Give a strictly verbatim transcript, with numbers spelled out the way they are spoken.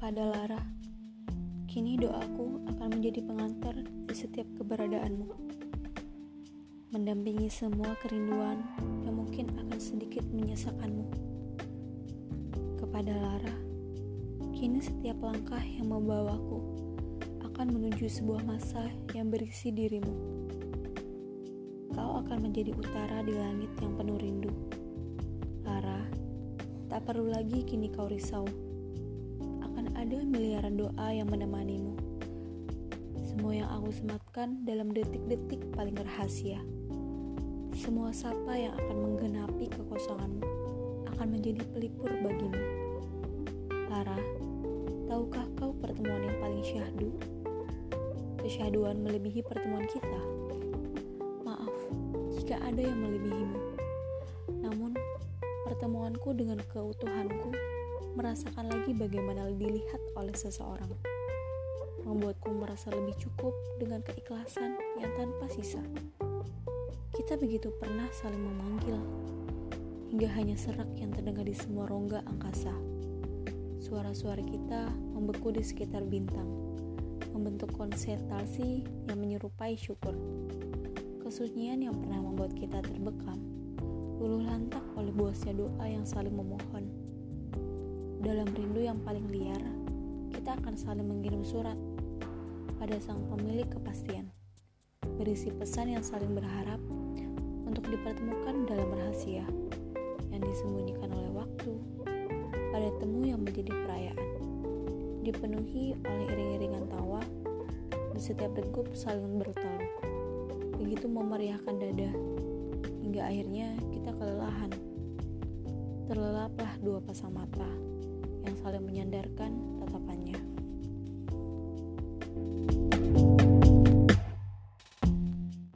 Kepada Lara, kini doaku akan menjadi pengantar di setiap keberadaanmu, mendampingi semua kerinduan yang mungkin akan sedikit menyesakanmu. Kepada Lara, kini setiap langkah yang membawaku akan menuju sebuah masa yang berisi dirimu. Kau akan menjadi utara di langit yang penuh rindu. Lara, tak perlu lagi kini kau risau. Akan ada miliaran doa yang menemanimu. Semua yang aku sematkan dalam detik-detik paling rahasia. Semua sapa yang akan menggenapi kekosonganmu akan menjadi pelipur bagimu. Lara, tahukah kau pertemuan yang paling syahdu? Kesyahduan melebihi pertemuan kita. Maaf jika ada yang melebihimu. Namun, pertemuanku dengan keutuhanku merasakan lagi bagaimana dilihat oleh seseorang, membuatku merasa lebih cukup dengan keikhlasan yang tanpa sisa. Kita begitu pernah saling memanggil, hingga hanya serak yang terdengar di semua rongga angkasa. Suara-suara kita membeku di sekitar bintang, membentuk konstelasi yang menyerupai syukur. Kesunyian yang pernah membuat kita terbekam, luluh lantak oleh buasnya doa yang saling memohon. Dalam rindu yang paling liar, kita akan saling mengirim surat pada sang pemilik kepastian, berisi pesan yang saling berharap untuk dipertemukan dalam rahasia yang disembunyikan oleh waktu pada temu yang menjadi perayaan, dipenuhi oleh iring-iringan tawa di setiap degup saling bertalu, begitu memeriahkan dada hingga akhirnya kita kelelahan. Terlelaplah dua pasang mata yang saling menyandarkan